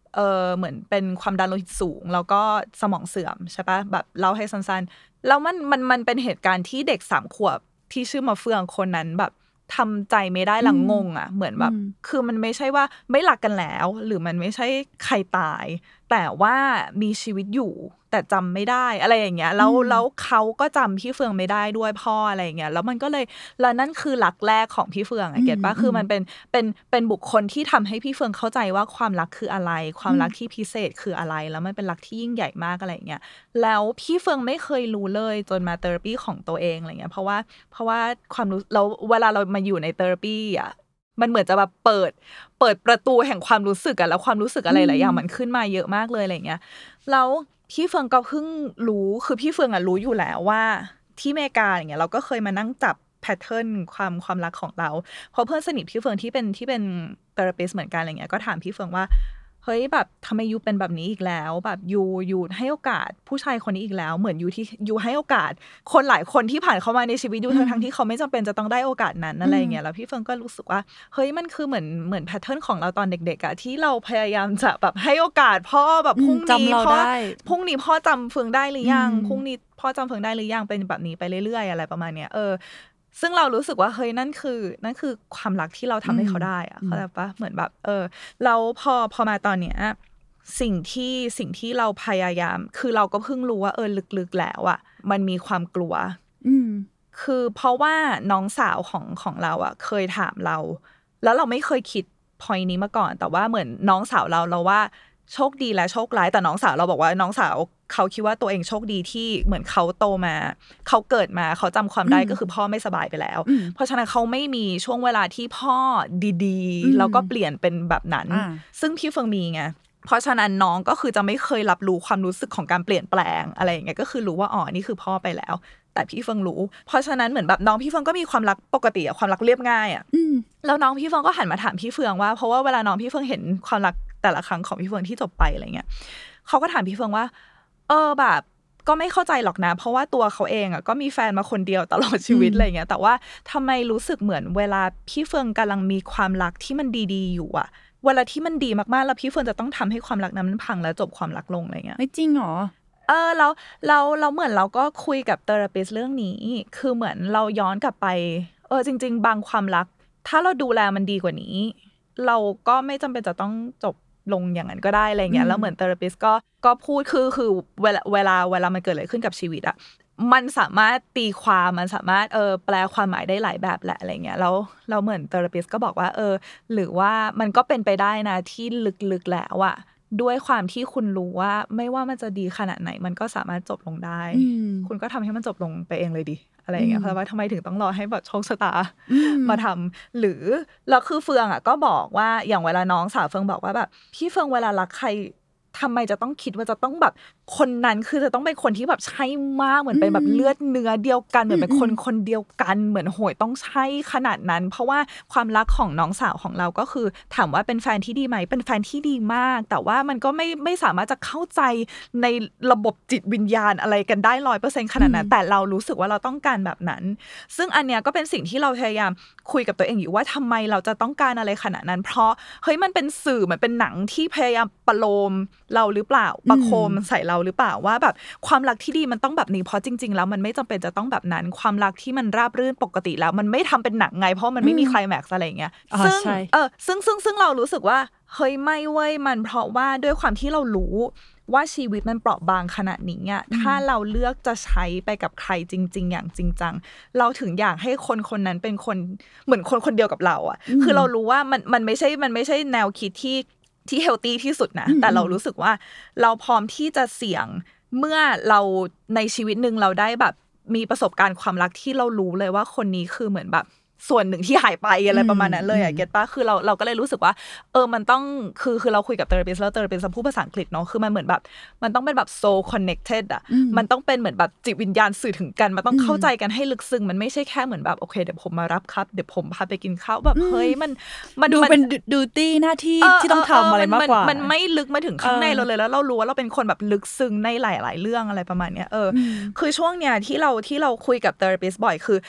เหมือนเป็นความดันโลหิตสูงแล้วก็สมองเสื่อมใช่ปะแบบเล่าให้สั้นๆแล้วมันเป็นเหตุการณ์ที่เด็ก3 ขวบที่ชื่อมาเฟืองคนนั้นแบบทำใจไม่ได้หลังงงอ่ะเหมือนแบบคือมันไม่ใช่ว่าไม่รักกันแล้วหรือมันไม่ใช่ใครตายแต่ว่ามีชีวิตอยู่แต่จำไม่ได้อะไรอย่างเงี้ยแล้วเขาก็จำพี่เฟืองไม่ได้ด้วยพ่ออะไรอย่างเงี้ยแล้วมันก็เลยแล้วนั่นคือหลักแรกของพี่เฟืองอะเก็ทป่ะคือมันเป็นบุคคลที่ทำให้พี่เฟืองเข้าใจว่าความรักคืออะไรความรักที่พิเศษคืออะไรแล้วมันเป็นรักที่ยิ่งใหญ่มากอะไรอย่างเงี้ยแล้วพี่เฟืองไม่เคยรู้เลยจนมาเทอราปีของตัวเองอะไรเงี้ยเพราะว่าความรู้แล้วเวลาเรามาอยู่ในเทอราปีอะมันเหมือนจะแบบเปิดประตูแห่งความรู้สึกอะแล้วความรู้สึกอะไรหลายอย่างมันขึ้นมาเยอะมากเลยอะไรเงี้ยแล้วพี่เฟืองก็เพิ่งรู้คือพี่เฟืองอะรู้อยู่แล้วว่าที่อเมริกาอย่างเงี้ยเราก็เคยมานั่งจับแพทเทิร์นความรักของเราเพราะเพื่อนสนิทพี่เฟืองที่เป็นเทอราปิสต์เหมือนกันอะไรเงี้ยก็ถามพี่เฟืองว่าเฮ้ยแบบทำไมยูเป็นแบบนี้อีกแล้วแบบยูให้โอกาสผู้ชายคนนี้อีกแล้วเหมือนยูให้โอกาสคนหลายคนที่ผ่านเข้ามาในชีวิตยูทั้งที่เขาไม่จำเป็นจะต้องได้โอกาสนั้นอะไรเงี้ยแล้วพี่เฟิงก็รู้สึกว่าเฮ้ยมันคือเหมือนแพทเทิร์นของเราตอนเด็กๆอะที่เราพยายามจะแบบให้โอกาสพ่อแบบพรุ่งนี้พ่อจำเฟิงได้หรือยังพรุ่งนี้พ่อจำเฟิงได้หรือยังเป็นแบบนี้ไปเรื่อยๆอะไรประมาณเนี้ยซึ่งเรารู้สึกว่าเฮ้ยนั่นคือความรักที่เราทำให้เขาได้อะเข้าใจปะเหมือนแบบเราพอมาตอนเนี้ยสิ่งที่เราพยายามคือเราก็เพิ่งรู้ว่าลึกๆแล้วอ่ะมันมีความกลัวคือเพราะว่าน้องสาวของเราอ่ะเคยถามเราแล้วเราไม่เคยคิดพอยนี้มาก่อนแต่ว่าเหมือนน้องสาวเราว่าโชคดีและโชคร้ายแต่น้องสาวเราบอกว่าน้องสาวเขาคิดว่าตัวเองโชคดีที่เหมือนเขาโตมาเขาเกิดมาเขาจำความได้ก็คือพ่อไม่สบายไปแล้วเพราะฉะนั้นเขาไม่มีช่วงเวลาที่พ่อดีๆแล้วก็เปลี่ยนเป็นแบบนั้นซึ่งพี่เฟิงมีไงเพราะฉะนั้นน้องก็คือจะไม่เคยรับรู้ความรู้สึกของการเปลี่ยนแปลงอะไรอย่างเงี้ยก็คือรู้ว่าอ๋อนี่คือพ่อไปแล้วแต่พี่เฟิงรู้เพราะฉะนั้นเหมือนแบบน้องพี่เฟิงก็มีความรักปกติอะความรักเรียบง่ายอะแล้วน้องพี่เฟิงก็หันมาถามพี่เฟืองว่าเพราะว่าเวลาน้องพี่เฟิงเห็นความรักแต่ละครั้งของพี่เฟืองที่จบไปอะไรเงี้ยเขาก็ถามพี่เฟืองว่าแบบก็ไม่เข้าใจหรอกนะเพราะว่าตัวเขาเองอ่ะก็มีแฟนมาคนเดียวตลอดชีวิตอะไรเงี้ยแต่ว่าทำไมรู้สึกเหมือนเวลาพี่เฟืองกำลังมีความรักที่มันดีๆอยู่อ่ะเวลาที่มันดีมากๆแล้วพี่เฟืองจะต้องทำให้ความรักนั้นมันพังแล้วจบความรักลงอะไรเงี้ยไม่จริงหรอเราเหมือนเราก็คุยกับเทอราปิสต์เรื่องนี้คือเหมือนเราย้อนกลับไปจริงๆบางความรักถ้าเราดูแลมันดีกว่านี้เราก็ไม่จำเป็นจะต้องจบลงอย่างนั้นก็ได้อะไรเงี้ยแล้วเหมือนเทอราปิสต์ก็พูดคือเวลามันเกิดอะไรขึ้นกับชีวิตอะมันสามารถตีความมันสามารถแปลความหมายได้หลายแบบแหละอะไรเงี้ยแล้วเราเหมือนเทอราปิสต์ก็บอกว่าหรือว่ามันก็เป็นไปได้นะที่ลึกๆแล้วอะด้วยความที่คุณรู้ว่าไม่ว่ามันจะดีขนาดไหนมันก็สามารถจบลงได้คุณก็ทำให้มันจบลงไปเองเลยดิอะไรอย่างเงี้ยเพราะว่าทำไมถึงต้องรอให้แบบโชคชะตามาทำหรือแล้วคือเฟืองอ่ะก็บอกว่าอย่างเวลาน้องสาวเฟืองบอกว่าแบบพี่เฟืองเวลารักใครทำไมจะต้องคิดว่าจะต้องแบบคนนั้นคือจะต้องเป็นคนที่แบบใช่มากเหมือนเป็นแบบเลือดเนื้อเดียวกันเหมือนเป็นคนเดียวกันเหมือนโหยต้องใช่ขนาดนั้นเพราะว่าความรักของน้องสาวของเราก็คือถามว่าเป็นแฟนที่ดีไหมเป็นแฟนที่ดีมากแต่ว่ามันก็ไม่สามารถจะเข้าใจในระบบจิตวิญญาณอะไรกันได้ 100% ขนาดนั้นแต่เรารู้สึกว่าเราต้องการแบบนั้นซึ่งอันเนี้ยก็เป็นสิ่งที่เราพยายามคุยกับตัวเองอยู่ว่าทำไมเราจะต้องการอะไรขนาดนั้นเพราะเฮ้ยมันเป็นสื่อมันเป็นหนังที่พยายามประโลมเราหรือเปล่าประโคมใส่เราหรือเปล่าว่าแบบความรักที่ดีมันต้องแบบนี้เพราะจริงๆแล้วมันไม่จำเป็นจะต้องแบบนั้นความรักที่มันราบรื่นปกติแล้วมันไม่ทำเป็นหนังไงเพราะมันไม่มีไคลแม็กซ์อะไรอย่างเงี้ยซึ่งเรารู้สึกว่าเฮ้ยไม่เว้ยมันเพราะว่าด้วยความที่เรารู้ว่าชีวิตมันเปราะบางขนาดนี้อ่ะถ้าเราเลือกจะใช้ไปกับใครจริงๆอย่างจริงจังเราถึงอยากให้คนนั้นเป็นคนเหมือนคนเดียวกับเราอ่ะคือเรารู้ว่ามันไม่ใช่แนวคิดที่เฮลตี้ที่สุดนะแต่เรารู้สึกว่าเราพร้อมที่จะเสี่ยงเมื่อเราในชีวิตนึงเราได้แบบมีประสบการณ์ความรักที่เรารู้เลยว่าคนนี้คือเหมือนแบบส่วนหนึ่งที่หายไปอะไรประมาณนั้นเลยอ่ะเก็ทป่ะคือเราก็เลยรู้สึกว่ามันต้องคือเราคุยกับเทอราปิสต์แล้วเทอราปิสต์พูดภาษาอังกฤษเนาะคือมันเหมือนแบบมันต้องเป็นแบบ soul connected อ่ะมันต้องเป็นเหมือนแบบจิตวิญญาณสื่อถึงกันมันต้องเข้าใจกันให้ลึกซึ้งมันไม่ใช่แค่เหมือนแบบโอเคเดี๋ยวผมมารับครับเดี๋ยวผมพาไปกินข้าวแบบเฮ้ยมันดูเป็นดิวตี้หน้าที่ที่ต้องทำอะไรมากกว่ามันไม่ลึกมาถึงข้างในเราเลยแล้วเรารู้ว่าเราเป็นคนแบบลึกซึ้งในหลายๆเรื่องอะไรประมาณเนี้ยคือช่วงเนี้ยที่เราคุยกับเทอราปิสต์บ่อยคือ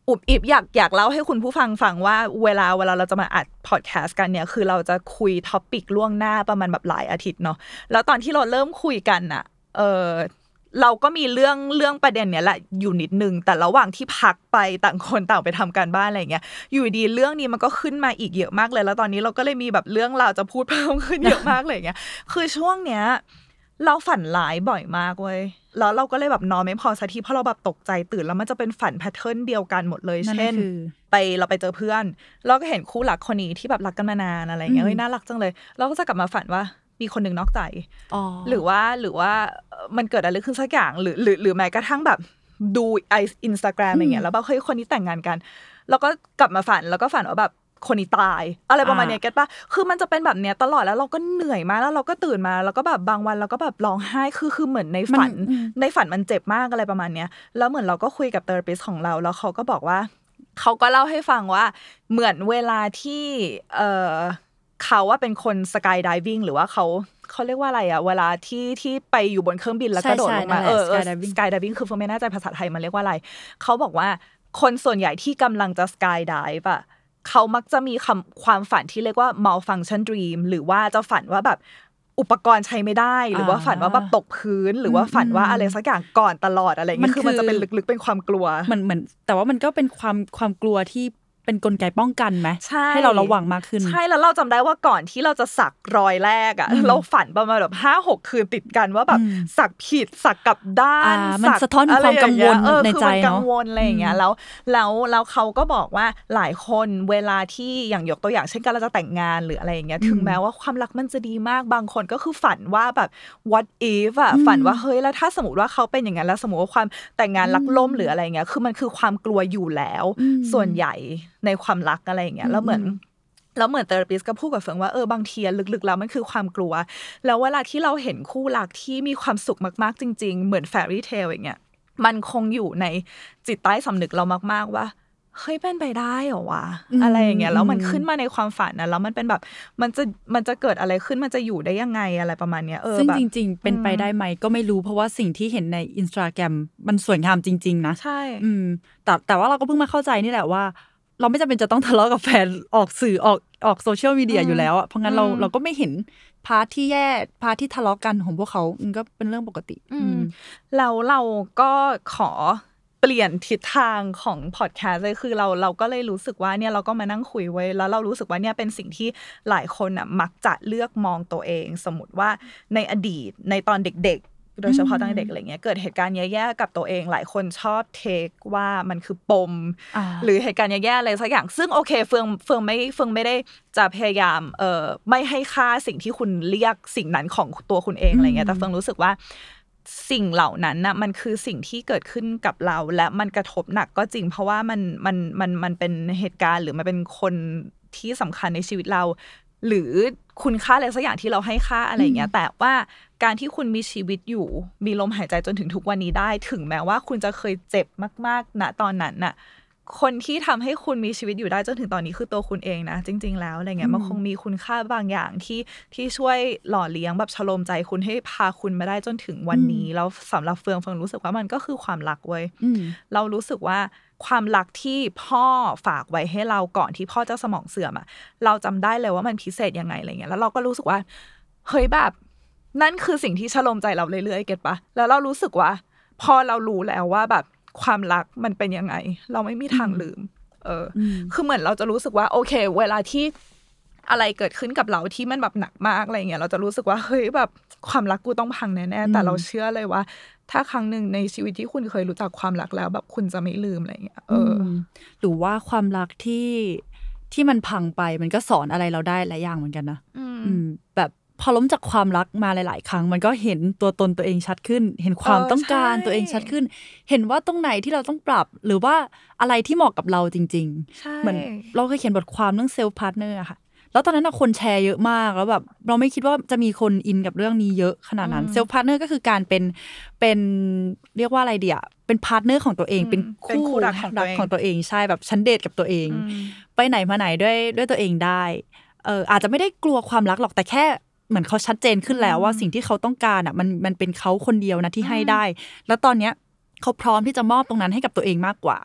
อุบอิบอยากเล่าให้คุณผู้ฟังฟังว่าเวลาเราจะมาอัดพอดแคสต์กันเนี่ยคือเราจะคุยท็อปิกล่วงหน้าประมาณแบบหลายอาทิตย์เนาะแล้วตอนที่เราเริ่มคุยกันน่ะเราก็มีเรื่องประเด็นเนี้ยแหละอยู่นิดนึงแต่ระหว่างที่พักไปต่างคนต่างไปทำการบ้านอะไรเงี้ยอยู่ดีเรื่องนี้มันก็ขึ้นมาอีกเยอะมากเลยแล้วตอนนี้เราก็เลยมีแบบเรื่องราวจะพูดเพิ่มขึ้นเยอะมากเลยเงี้ยคือช่วงเนี้ยเราฝันร้ายบ่อยมากเว้ยแล้วเราก็เลยแบบนอนไม่พอสักทีเพราะเราแบบตกใจตื่นแล้วมันจะเป็นฝันแพทเทิร์นเดียวกันหมดเลยเช่นเราไปเจอเพื่อนเราก็เห็นคู่รักคนนี้ที่แบบรักกันมานานอะไรเงี้ยเฮ้ยน่ารักจังเลยเราก็จะกลับมาฝันว่ามีคนหนึ่งนอกใจหรือว่ามันเกิดอะไรขึ้นสักอย่างหรือแม้กระทั่งแบบดูInstagram อะไรเงี้ยแล้วแบบเฮ้ยคนนี้แต่งงานกันแล้วก็กลับมาฝันแล้วก็ฝันว่าแบบคนนี้ตายอะไรประมาณนี้เก็ทป่ะคือมันจะเป็นแบบเนี้ยตลอดแล้วเราก็เหนื่อยมากแล้วเราก็ตื่นมาแล้วก็แบบบางวันเราก็แบบร้องไห้คือเหมือนในฝันมันเจ็บมากอะไรประมาณเนี้ยแล้วเหมือนเราก็คุยกับเทอราปิสต์ของเราแล้วเขาก็บอกว่าเขาก็เล่าให้ฟังว่าเหมือนเวลาที่เขาว่าเป็นคนสกายไดวิ่งหรือว่าเขาเรียกว่าอะไรอะเวลาที่ไปอยู่บนเครื่องบินแล้วกระโดดลงมาสกายไดวิ่งคือไม่แน่ใจภาษาไทยมันเรียกว่าอะไรเขาบอกว่าคนส่วนใหญ่ที่กำลังจะสกายไดฟ์อะเขามักจะมีความฝันที่เรียกว่า malfunction dream หรือว่าจะฝันว่าแบบอุปกรณ์ใช้ไม่ได้หรือว่าฝันว่าแบบตกพื้นหรือว่าฝันว่าอะไรสักอย่างก่อนตลอดอะไรเงี้ยคือมันจะเป็นลึกๆเป็นความกลัวเหมือนแต่ว่ามันก็เป็นความกลัวที่เป็นกลไกป้องกันไหมให้เราระวังมากขึ้นใช่แล้วเราจำได้ว่าก่อนที่เราจะสักรอยแรกอ่ะเราฝันประมาณแบบ 5-6 คืนติดกันว่าแบบสักผิดสักกลับด้านมันสะท้อนความกังวลในใจเนาะกังวลอะไรอย่างเงี้ยแล้วเขาก็บอกว่าหลายคนเวลาที่อย่างยกตัวอย่างเช่นการเราจะแต่งงานหรืออะไรอย่างเงี้ยถึงแม้ว่าความรักมันจะดีมากบางคนก็คือฝันว่าแบบ what if อ่ะฝันว่าเฮ้ยแล้วถ้าสมมติว่าเขาเป็นอย่างนั้นแล้วสมมติว่าความแต่งงานรักล่มหรืออะไรเงี้ยคือมันคือความกลัวอยู่แล้วส่วนใหญ่ในความรักอะไรอย่างเงี้ยแล้วเหมือนเทอราปิสต์ก็พูดกับเฟิงว่าบางทีลึกๆแล้วมันคือความกลัวแล้วเวลาที่เราเห็นคู่รักที่มีความสุขมากๆจริงๆเหมือนแฟรี่เทลอย่างเงี้ยมันคงอยู่ในจิตใต้สำนึกเรามากๆว่าเฮ้ยเป็นไปได้เหรอวะอะไรอย่างเงี้ยแล้วมันขึ้นมาในความฝันนะแล้วมันเป็นแบบมันจะเกิดอะไรขึ้นมันจะอยู่ได้ยังไงอะไรประมาณเนี้ยซึ่งจริงๆเป็นไปได้ไหมก็ไม่รู้เพราะว่าสิ่งที่เห็นใน Instagram มันสวยงามจริงๆนะใช่แต่ว่าเราก็เพิ่งมาเข้าใจนี่แหละว่าเราไม่จำเป็นจะต้องทะเลาะกับแฟนออกสื่อออกโซเชียลมีเดียอยู่แล้วเพราะงั้นเราก็ไม่เห็นพาร์ทที่แย่พาร์ทที่ทะเลาะกันของพวกเขามันก็เป็นเรื่องปกติแล้วเราก็ขอเปลี่ยนทิศทางของพอดแคสต์เลยคือเราก็เลยรู้สึกว่าเนี่ยเราก็มานั่งคุยไว้แล้วเรารู้สึกว่าเนี่ยเป็นสิ่งที่หลายคนอ่ะมักจะเลือกมองตัวเองสมมติว่าในอดีตในตอนเด็กโดยเฉพาะตั้งแต่เด็กอะไรเงี้ยเกิดเหตุการณ์แย่ๆกับตัวเองหลายคนชอบเทคว่ามันคือปมหรือเหตุการณ์แย่ๆอะไรสักอย่างซึ่งโอเคเฟืองไม่ได้จะพยายามไม่ให้ค่าสิ่งที่คุณเรียกสิ่งนั้นของตัวคุณเองอะไรเงี้ยแต่เฟืองรู้สึกว่าสิ่งเหล่านั้นน่ะมันคือสิ่งที่เกิดขึ้นกับเราและมันกระทบหนักก็จริงเพราะว่ามันเป็นเหตุการณ์หรือมันเป็นคนที่สำคัญในชีวิตเราหรือคุณค่าอะไรสักอย่างที่เราให้ค่าอะไรอย่างเงี้ยแต่ว่าการที่คุณมีชีวิตอยู่มีลมหายใจจนถึงทุกวันนี้ได้ถึงแม้ว่าคุณจะเคยเจ็บมากๆณตอนนั้นน่ะคนที่ทำให้คุณมีชีวิตอยู่ได้จนถึงตอนนี้คือตัวคุณเองนะจริงๆแล้วอะไรเงี้ยมันคงมีคุณค่าบางอย่างที่ช่วยหล่อเลี้ยงแบบชโลมใจคุณให้พาคุณมาได้จนถึงวันนี้แล้วสำหรับเฟืองรู้สึกว่ามันก็คือความรักเว้ยเรารู้สึกว่าความรักที่พ่อฝากไว้ให้เราก่อนที่พ่อจะสมองเสื่อมอ่ะเราจำได้เลยว่ามันพิเศษยังไงอะไรเงี้ยแล้วเราก็รู้สึกว่าเฮ้ยแบบนั่นคือสิ่งที่ชโลมใจเราเรื่อยๆเก็ทปะแล้วเรารู้สึกว่าพอเรารู้แล้วว่าแบบความรักมันเป็นยังไงเราไม่มีทางลืมคือเหมือนเราจะรู้สึกว่าโอเคเวลาที่อะไรเกิดขึ้นกับเราที่มันแบบหนักมากอะไรเงี้ยเราจะรู้สึกว่าเฮ้ยแบบความรักกูต้องพังแน่ๆแต่เราเชื่อเลยว่าถ้าครั้งหนึ่งในชีวิตที่คุณเคยรู้จักความรักแล้วแบบคุณจะไม่ลืมอะไรเงี้ยหรือว่าความรักที่มันพังไปมันก็สอนอะไรเราได้หลายอย่างเหมือนกันนะแบบพอล้มจากความรักมาหลายๆครั้งมันก็เห็นตัวตนตัวเองชัดขึ้นเห็นความต้องการตัวเองชัดขึ้นเห็นว่าตรงไหนที่เราต้องปรับหรือว่าอะไรที่เหมาะกับเราจริงๆเหมือนเราเคยเขียนบทความเรื่องเซลฟ์พาร์ทเนอร์อะค่ะแล้วตอนนั้นคนแชร์เยอะมากแล้วแบบเราไม่คิดว่าจะมีคนอินกับเรื่องนี้เยอะขนาดนั้นเซลฟ์พาร์ทเนอร์ก็คือการเป็นเรียกว่าอะไรเดียเป็นพาร์ทเนอร์ของตัวเองเป็นคู่รักของตัวเองใช่แบบฉันเดทกับตัวเองไปไหนมาไหนด้วยตัวเองได้อาจจะไม่ได้กลัวความรักหรอกแต่แค่เหมือนเขาชัดเจนขึ้นแล้วว่าสิ่งที่เขาต้องการอ่ะมันเป็นเขาคนเดียวนะที่ให้ได้แล้วตอนเนี้ยเขาพร้อมที่จะมอบตรงนั้นให้กับตัวเองมากกว่า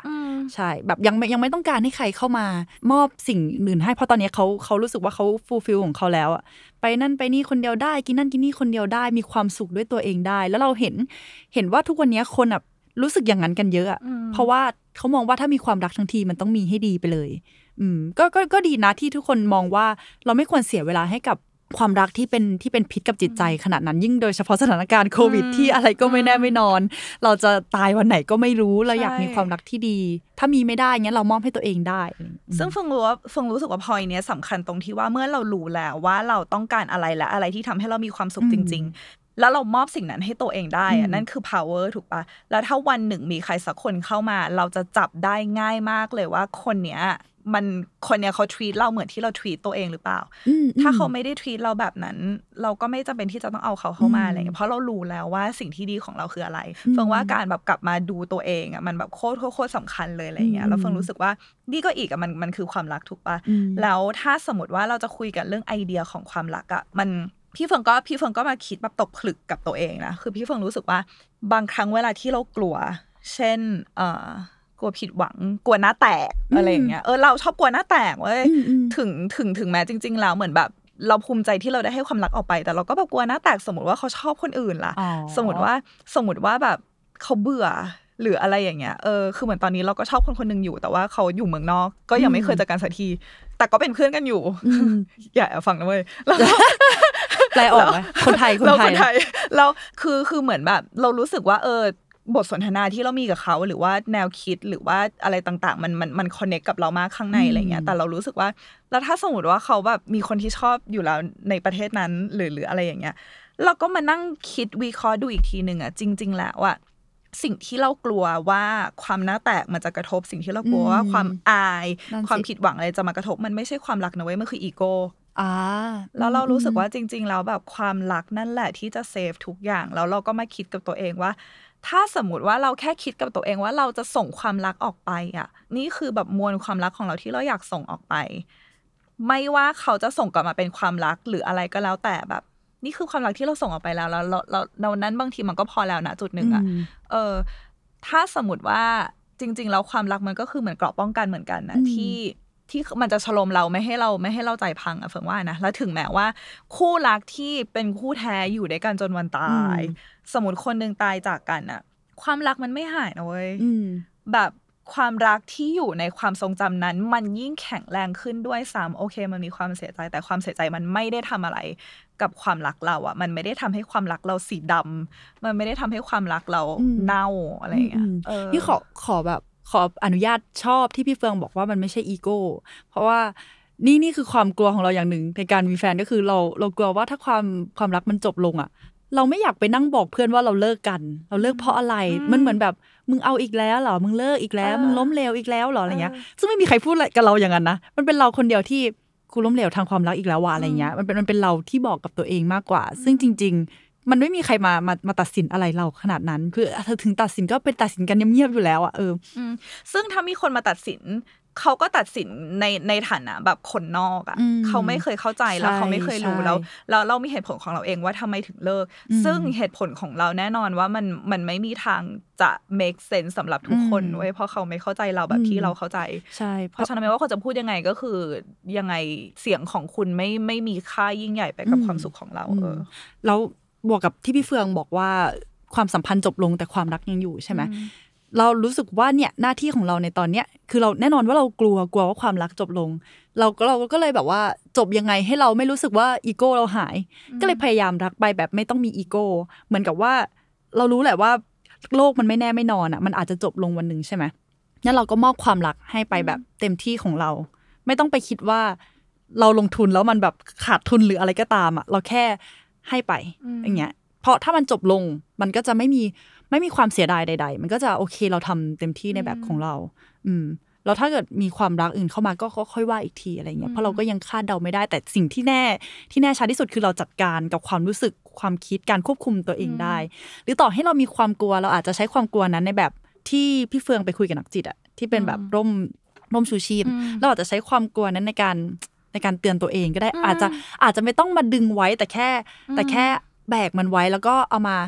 ใช่แบบยังไม่ต้องการให้ใครเข้ามามอบสิ่งอื่นให้เพราะตอนนี้เขารู้สึกว่าเขาฟูลฟิลของเขาแล้วอะไปนั่นไปนี่คนเดียวได้กินนั่นกินนี่คนเดียวได้มีความสุขด้วยตัวเองได้แล้วเราเห็นว่าทุกวันนี้คนแบบรู้สึกอย่างนั้นกันเยอะอะเพราะว่าเขามองว่าถ้ามีความรักทั้งทีมันต้องมีให้ดีไปเลยก็ดีนะที่ทุกคนมองว่าเราไม่ควรเสียเวลาให้กับความรักที่เป็นพิษกับจิตใจขนาดนั้นยิ่งโดยเฉพาะสถานการณ์โควิดที่อะไรก็ไม่แน่ไม่นอนเราจะตายวันไหนก็ไม่รู้เราอยากมีความรักที่ดีถ้ามีไม่ได้งั้นเรามอบให้ตัวเองได้ซึ่งฟงรู้สึกว่าพอยเนี้ยสำคัญตรงที่ว่าเมื่อเรารู้แล้วว่าเราต้องการอะไรและอะไรที่ทำให้เรามีความสุขจริงๆแล้วเรามอบสิ่งนั้นให้ตัวเองได้นั่นคือ power ถูกปะแล้วถ้าวันหนึ่งมีใครสักคนเข้ามาเราจะจับได้ง่ายมากเลยว่าคนเนี้ยเขา treat เราเหมือนที่เรา treat ตัวเองหรือเปล่าถ้าเขาไม่ได้ treat เราแบบนั้นเราก็ไม่จำเป็นที่จะต้องเอาเขาเข้ามาอะไรเงี้ยเพราะเรารู้แล้วว่าสิ่งที่ดีของเราคืออะไรเฟิงว่าการแบบกลับมาดูตัวเองอ่ะมันแบบโคตรสำคัญเลยอะไรเงี้ยแล้วเฟิงรู้สึกว่านี่ก็อีกอ่ะมันคือความรักถูกปะแล้วถ้าสมมติว่าเราจะคุยกันเรื่องไอเดียของความรักอ่ะมันพี่เฟิงก็มาคิดแบบตกผลึกกับตัวเองนะคือพี่เฟิงรู้สึกว่าบางครั้งเวลาที่เรากลัวเช่นกลัวผิดหวังกลัวหน้าแตกอะไรอย่างเงี้ยเราชอบกลัวหน้าแตกเว้ยถึงแม้จริงๆแล้วเหมือนแบบเราภูมิใจที่เราได้ให้ความรักออกไปแต่เราก็แบบกลัวหน้าแตกสมมติว่าเขาชอบคนอื่นล่ะสมมติว่าแบบเขาเบื่อหรืออะไรอย่างเงี้ยคือเหมือนตอนนี้เราก็ชอบคนนึงอยู่แต่ว่าเขาอยู่เมืองนอกก็ยังไม่เคยเจอกันสักทีแต่ก็เป็นเพื่อนกันอยู่อย่าฟังนะเว้ยแปลออกไหมคนไทยแล้วคือเหมือนแบบเรารู้สึกว่าบทสนทนาที่เรามีกับเขาหรือว่าแนวคิดหรือว่าอะไรต่างๆมันคอนเนคกับเรามากข้างในอะไรเงี้ยแต่เรารู้สึกว่าแล้วถ้าสมมติว่าเขาแบบมีคนที่ชอบอยู่แล้วในประเทศนั้นหรืออะไรอย่างเงี้ยเราก็มานั่งคิดวิเคราะห์ดูอีกทีนึงอ่ะจริงๆแล้วอ่ะสิ่งที่เรากลัวว่าความหน้าแตกมันจะกระทบสิ่งที่เรากลัวว่าความอายความผิดหวังอะไรจะมากระทบมันไม่ใช่ความรักนะเว้ยมันคืออีโก้แล้วเรารู้สึกว่าจริงๆแล้วแบบความรักนั่นแหละที่จะเซฟทุกอย่างแล้วเราก็มาคิดกับตัวเองว่าถ้าสมมติว่าเราแค่คิดกับตัวเองว่าเราจะส่งความรักออกไปอ่ะนี่คือแบบมวลความรักของเราที่เราอยากส่งออกไปไม่ว่าเขาจะส่งกลับมาเป็นความรักหรืออะไรก็แล้วแต่แบบนี่คือความรักที่เราส่งออกไปแล้วเรานั้นบางทีมันก็พอแล้วนะจุดหนึ่งอ่ะถ้าสมมติว่าจริงๆแล้วความรักมันก็คือเหมือนเกราะป้องกันเหมือนกันนะที่มันจะชโลมเราไม่ให้เราใจพังอ่ะเฟิงว่านะแล้วถึงแม้ว่าคู่รักที่เป็นคู่แท้อยู่ด้วยกันจนวันตายสมมติคนนึงตายจากกันอ่ะความรักมันไม่หายนะเว้ยแบบความรักที่อยู่ในความทรงจำนั้นมันยิ่งแข็งแรงขึ้นด้วยซ้ำโอเคมันมีความเสียใจแต่ความเสียใจมันไม่ได้ทำอะไรกับความรักเราอ่ะมันไม่ได้ทำให้ความรักเราสีดำมันไม่ได้ทำให้ความรักเราเน่าอะไรอย่างเงี้ยนี่ขอแบบขออนุญาตชอบที่พี่เฟืองบอกว่ามันไม่ใช่อีโก้เพราะว่านี่คือความกลัวของเราอย่างหนึ่งในการมีแฟนก็คือเรากลัวว่าถ้าความรักมันจบลงอ่ะเราไม่อยากไปนั่งบอกเพื่อนว่าเราเลิกกันเราเลิกเพราะอะไรมันเหมือนแบบมึงเอาอีกแล้วเหรอมึงเลิกอีกแล้วมึงล้มเหลวอีกแล้วเหรออะไรเงี้ยซึ่งไม่มีใครพูดกับเราอย่างนั้นนะมันเป็นเราคนเดียวที่กูล้มเหลวทางความรักอีกแล้วว่ะอะไรเงี้ยมันเป็นเราที่บอกกับตัวเองมากกว่าซึ่งจริงๆมันไม่มีใครมาตัดสินอะไรเราขนาดนั้นคือถึงตัดสินก็เป็นตัดสินกันเงียบๆอยู่แล้วอ่ะซึ่งถ้ามีคนมาตัดสินเขาก็ตัดสินในฐานะแบบคนนอกอ่ะเขาไม่เคยเข้าใจแล้วเขาไม่เคยรู้แล้วเรามีเหตุผลของเราเองว่าทำไมถึงเลิกซึ่งเหตุผลของเราแน่นอนว่ามันไม่มีทางจะ make sense สำหรับทุกคนเว้ยเพราะเขาไม่เข้าใจเราแบบที่เราเข้าใจใช่เพราะฉะนั้นไม่ว่าเขาจะพูดยังไงก็คือยังไงเสียงของคุณไม่มีค่ายิ่งใหญ่ไปกับความสุขของเราแล้วบวกกับที่พี่เฟืองบอกว่าความสัมพันธ์จบลงแต่ความรักยังอยู่ใช่ไหมเรารู้สึกว่าเนี่ยหน้าที่ของเราในตอนเนี้ยคือเราแน่นอนว่าเรากลัวว่าความรักจบลงเราก็เลยแบบว่าจบยังไงให้เราไม่รู้สึกว่าอีโก้เราหายก็เลยพยายามรักไปแบบไม่ต้องมีอีโก้เหมือนกับว่าเรารู้แหละว่าโลกมันไม่แน่ไม่นอนอ่ะมันอาจจะจบลงวันนึงใช่ไหมงั้นเราก็มอบความรักให้ไปแบบเต็มที่ของเราไม่ต้องไปคิดว่าเราลงทุนแล้วมันแบบขาดทุนหรืออะไรก็ตามอ่ะเราแค่ให้ไปอย่างเงี้ยเพราะถ้ามันจบลงมันก็จะไม่มีความเสียดายใดๆมันก็จะโอเคเราทำเต็มที่ในแบบของเราแล้วถ้าเกิดมีความรักอื่นเข้ามาก็ค่อยว่าอีกทีอะไรเงี้ยเพราะเราก็ยังคาดเดาไม่ได้แต่สิ่งที่แน่ชัดที่สุดคือเราจัดการกับความรู้สึกความคิดการควบคุมตัวเองได้หรือต่อให้เรามีความกลัวเราอาจจะใช้ความกลัวนั้นในแบบที่พี่เฟืองไปคุยกับนักจิตอะที่เป็นแบบร่มชูชีพเราอาจจะใช้ความกลัวนั้นในการเตือนตัวเองก็ได้อาจจะไม่ต้องมาดึงไว้แต่แค่แบกมันไว้แล้วก็เอามา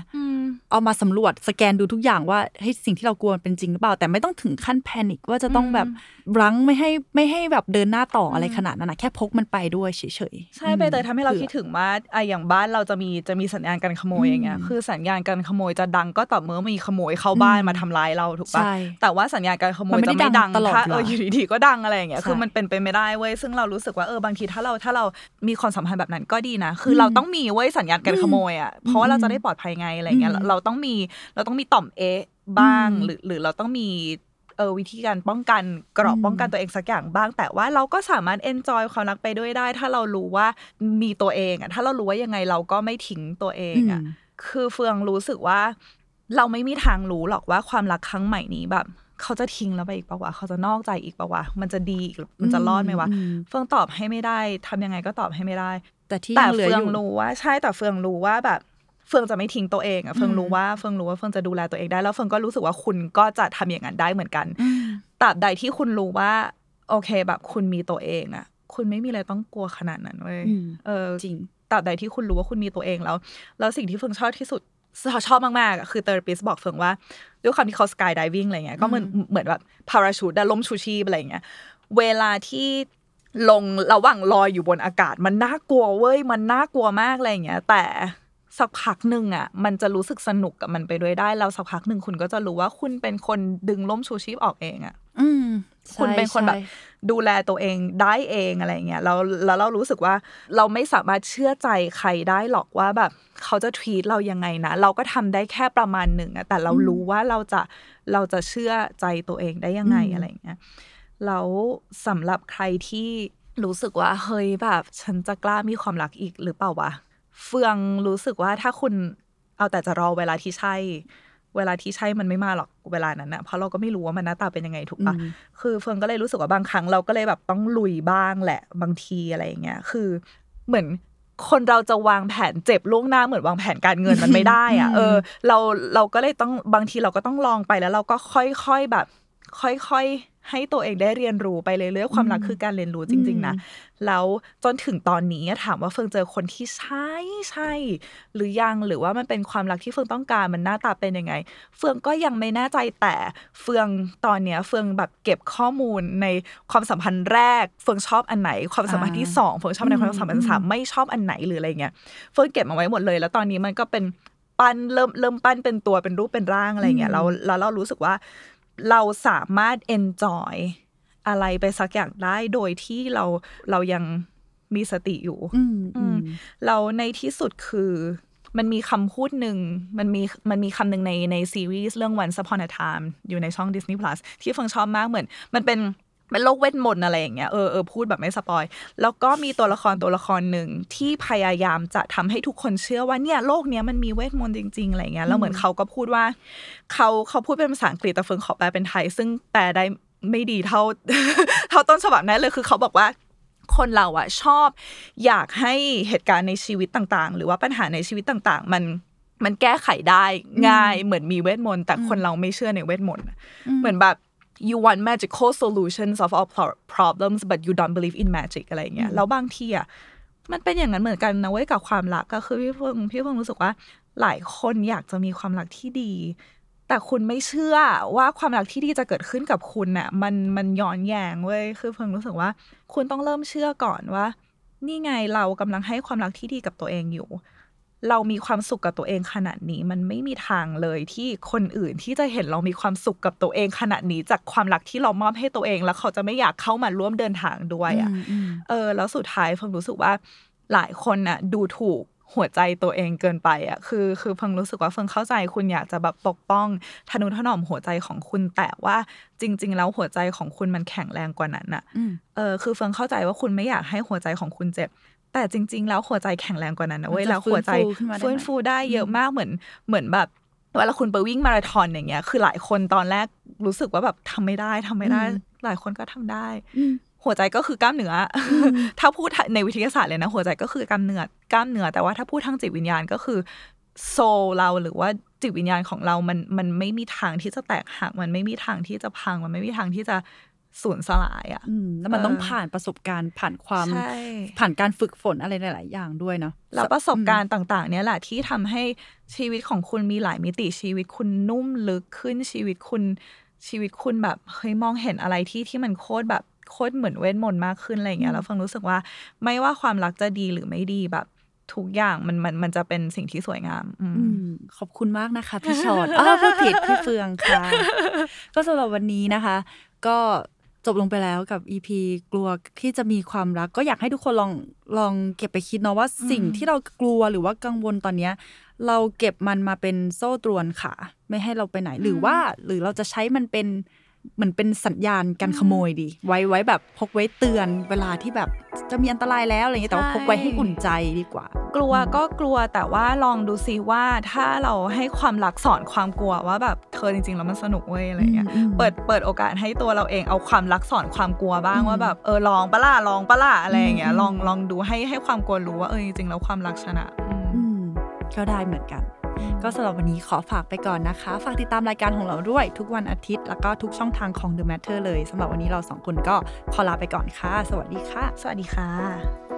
เอามาสำรวจสแกนดูทุกอย่างว่าให้สิ่งที่เรากลัวเป็นจริงหรือเปล่าแต่ไม่ต้องถึงขั้นแพนิคว่าจะต้องแบบรั้งไม่ให้แบบเดินหน้าต่ออะไรขนาดนั้นนะแค่พกมันไปด้วยเฉยๆใช่ไปแต่ทำให้เราคิดถึงว่าอย่างบ้านเราจะมีสัญญาณการขโมยอย่างเงี้ยคือสัญญาณการขโมยจะดังก็ต่อเมื่อมีขโมยเข้าบ้านมาทำร้ายเราถูกปะแต่ว่าสัญญาณการขโมยจะไม่ดังถ้าอยู่ดีๆก็ดังอะไรอย่างเงี้ยคือมันเป็นไปไม่ได้เว้ยซึ่งเรารู้สึกว่าบางทีถ้าเรามีความสัมพันธ์แบบนั้นก็ดีนะคือเราต้องมีเว้ยสัญญาณการขโมยอ่ะเพราะว่าเราจะได้ปลอดภัยไงอะไรเงี้ยเราต้องมีต่อมบ้างหรือเราต้องมีวิธีการป้องกันเกราะป้องกันตัวเองสักอย่างบ้างแต่ว่าเราก็สามารถ enjoy ความรักไปด้วยได้ถ้าเรารู้ว่ามีตัวเองอ่ะถ้าเรารู้ว่ายังไงเราก็ไม่ทิ้งตัวเองอ่ะคือเฟืองรู้สึกว่าเราไม่มีทางรู้หรอกว่าความรักครั้งใหม่นี้แบบเขาจะทิ้งเราไปอีกป่าววะเขาจะนอกใจอีกป่าววะมันจะดีมันจะรอดไหมวะเฟืองตอบให้ไม่ได้ทำยังไงก็ตอบให้ไม่ได้แต่เฟืองรู้ว่าใช่แต่เฟืองรู้ว่าแบบเฟืองจะไม่ทิ้งตัวเองอ่ะเฟืองรู้ว่าเฟืองจะดูแลตัวเองได้แล้วเฟืองก็รู้สึกว่าคุณก็จะทำอย่างนั้นได้เหมือนกันตราบใดที่คุณรู้ว่าโอเคแบบคุณมีตัวเองอ่ะคุณไม่มีอะไรต้องกลัวขนาดนั้นเว้ยจริงตราบใดที่คุณรู้ว่าคุณมีตัวเองแล้วสิ่งที่เฟืองชอบที่สุดชอบมากๆคือเทอราปิสต์บอกเฟืองว่าด้วยความที่เขาสกายไดวิ่งอะไรเงี้ยก็เหมือนแบบพาราชูทล่มชูชีพอะไรเงี้ยเวลาที่ลงระหว่างลอยอยู่บนอากาศมันน่ากลัวเว้ยมันน่ากลัวมากอะไรเงี้ยแต่สักพักหนึ่งอ่ะมันจะรู้สึกสนุกกับมันไปด้วยได้แล้วสักพักหนึ่งคุณก็จะรู้ว่าคุณเป็นคนดึงล่มชูชีพออกเองอ่ะคุณเป็นคนแบบดูแลตัวเองได้เองอะไรเงี้ยแล้วเรารู้สึกว่าเราไม่สามารถเชื่อใจใครได้หรอกว่าแบบเขาจะทรีตเรายังไงนะเราก็ทำได้แค่ประมาณหนึ่งอะแต่เรารู้ว่าเราจะเชื่อใจตัวเองได้ยังไงอะไรเงี้ยแล้วสำหรับใครที่รู้สึกว่าเฮ้ยแบบฉันจะกล้ามีความรักอีกหรือเปล่าวะเฟืองรู้สึกว่าถ้าคุณเอาแต่จะรอเวลาที่ใช่มันไม่มาหรอกเวลานั้นนะเพราะเราก็ไม่รู้ว่ามันหน้าตาเป็นยังไงถูกปะคือเฟืองก็เลยรู้สึกว่าบางครั้งเราก็เลยแบบต้องลุยบ้างแหละบางทีอะไรอย่างเงี้ยคือเหมือนคนเราจะวางแผนเจ็บล่วงหน้าเหมือนวางแผนการเงินมันไม่ได้อ่ะเราก็เลยต้องบางทีเราก็ต้องลองไปแล้วเราก็ค่อยๆแบบค่อยๆให้ตัวเองได้เรียนรู้ไปเรื่อยๆความรักคือการเรียนรู้จริงๆนะแล้วจนถึงตอนนี้ถามว่าเฟืองเจอคนที่ใช่หรือยังหรือว่ามันเป็นความรักที่เฟืองต้องการมันหน้าตาเป็นยังไงเฟืองก็ยังไม่แน่ใจแต่เฟืองตอนเนี้ยเฟืองแบบเก็บข้อมูลในความสัมพันธ์แรกเฟืองชอบอันไหนความสัมพันธ์ที่2เฟืองชอบในความสัมพันธ์ที่3ไม่ชอบอันไหนหรืออะไรเงี้ยเฟืองเก็บมาไว้หมดเลยแล้วตอนนี้มันก็เป็นปั้นเริ่มปั้นเป็นตัวเป็นรูปเป็นร่างอะไรเงี้ยแล้วเรารู้สึกว่าเราสามารถ enjoy อะไรไปสักอย่างได้โดยที่เรายังมีสติอยู่เราในที่สุดคือมันมีคำพูดหนึ่งมันมีคำหนึ่งในซีรีส์เรื่อง Once Upon a Time อยู่ในช่อง Disney Plus ที่เฟิงชอบมากเหมือนมันเป็นโลกเวทมนต์อะไรอย่างเงี้ยพูดแบบไม่สปอยแล้วก็มีตัวละครหนึ่งที่พยายามจะทำให้ทุกคนเชื่อว่าเนี่ยโลกเนี้ยมันมีเวทมนต์จริงๆอะไรเงี้ยแล้วเหมือนเขาก็พูดว่าเขาพูดเป็นภาษาอังกฤษแต่เฟิงขอแปลเป็นไทยซึ่งแปลได้ไม่ดีเท่า ต้นฉบับนั้นเลยคือเขาบอกว่าคนเราอะชอบอยากให้เหตุการณ์ในชีวิตต่างๆหรือว่าปัญหาในชีวิตต่างๆมันแก้ไขได้ง่ายเหมือนมีเวทมนต์แต่คนเราไม่เชื่อในเวทมนต์เหมือนแบบyou want magical solutions of all problems but you don't believe in magic อะไรเงี้ยแล้วบางทีอ่ะมันเป็นอย่างนั้นเหมือนกันนะเว้ยกับความรักก็คือพี่เพิ่งรู้สึกว่าหลายคนอยากจะมีความรักที่ดีแต่คุณไม่เชื่อว่าความรักที่ดีจะเกิดขึ้นกับคุณน่ะมันย้อนแย้งเว้ยคือเพิ่งรู้สึกว่าคุณต้องเริ่มเชื่อก่อนว่านี่ไงเรากำลังให้ความรักที่ดีกับตัวเองอยู่เรามีความสุขกับตัวเองขนาดนี้มันไม่มีทางเลยที่คนอื่นที่จะเห็นเรามีความสุขกับตัวเองขนาดนี้จากความรักที่เรามอบให้ตัวเองแล้วเขาจะไม่อยากเข้ามาร่วมเดินทางด้วยอ่ะแล้วสุดท้ายเพิ่งรู้สึกว่าหลายคนน่ะดูถูกหัวใจตัวเองเกินไปอ่ะคือเพิ่งรู้สึกว่าเพิ่งเข้าใจคุณอยากจะแบบปกป้องทนุถนอมหัวใจของคุณแต่ว่าจริงๆแล้วหัวใจของคุณมันแข็งแรงกว่านั้นอ่ะคือเพิ่งเข้าใจว่าคุณไม่อยากให้หัวใจของคุณเจ็บแต่จริงๆแล้วหัวใจแข็งแรงกว่านั้นนะเว้ยแล้วหัวใจฟื้นฟูได้เยอะมากเหมือนแบบเวลาคุณไปวิ่งมาราธอนอย่างเงี้ยคือหลายคนตอนแรกรู้สึกว่าแบบทำไม่ได้หลายคนก็ทำได้หัวใจก็คือกล้ามเนื้อถ้าพูดในวิทยาศาสตร์เลยนะหัวใจก็คือกล้ามเนื้อแต่ว่าถ้าพูดทางจิตวิญญาณก็คือโซลเราหรือว่าจิตวิญญาณของเรามันไม่มีทางที่จะแตกหักมันไม่มีทางที่จะพังมันไม่มีทางที่จะสูญสลายอ่ะแล้วมันต้องผ่านประสบการณ์ผ่านความผ่านการฝึกฝนอะไรหลายๆอย่างด้วยเนาะแล้วประสบการณ์ต่างๆเนี่ยแหละที่ทำให้ชีวิตของคุณมีหลายมิติชีวิตคุณนุ่มลึกขึ้นชีวิตคุณแบบเฮ้ยมองเห็นอะไรที่มันโคตรเหมือนเวทมนต์มากขึ้นอะไรอย่างเงี้ยแล้วฟังรู้สึกว่าไม่ว่าความรักจะดีหรือไม่ดีแบบทุกอย่างมันจะเป็นสิ่งที่สวยงามขอบคุณมากนะคะพี่ชอตพูดผิดพี่เฟืองค่ะ ก็สำหรับวันนี้นะคะก็จบลงไปแล้วกับ EP กลัวที่จะมีความรักก็อยากให้ทุกคนลองเก็บไปคิดเนาะว่าสิ่งที่เรากลัวหรือว่ากังวลตอนนี้เราเก็บมันมาเป็นโซ่ตรวนค่ะไม่ให้เราไปไหนหรือเราจะใช้มันเป็นเหมือนเป็นสัญญาณการขโมยดีไว้แบบพกไว้เตือนเวลาที่แบบจะมีอันตรายแล้วอะไรอย่างเงี้ยแต่ว่าพกไว้ให้อุ่นใจดีกว่ากลัวก็กลัวแต่ว่าลองดูซิว่าถ้าเราให้ความรักสอนความกลัวว่าแบบเธอจริงๆแล้วมันสนุกเว้ยอะไรเงี้ยเปิดโอกาสให้ตัวเราเองเอาความรักสอนความกลัวบ้างว่าแบบลองปะล่ะอะไรอย่างเงี้ยลองดูให้ความกลัวรู้ว่าจริงๆแล้วความรักชนะก็ได้เหมือนกันก็สำหรับวันนี้ขอฝากไปก่อนนะคะฝากติดตามรายการของเราด้วยทุกวันอาทิตย์แล้วก็ทุกช่องทางของ The Matter เลยสำหรับวันนี้เรา2คนก็ขอลาไปก่อนค่ะสวัสดีค่ะสวัสดีค่ะ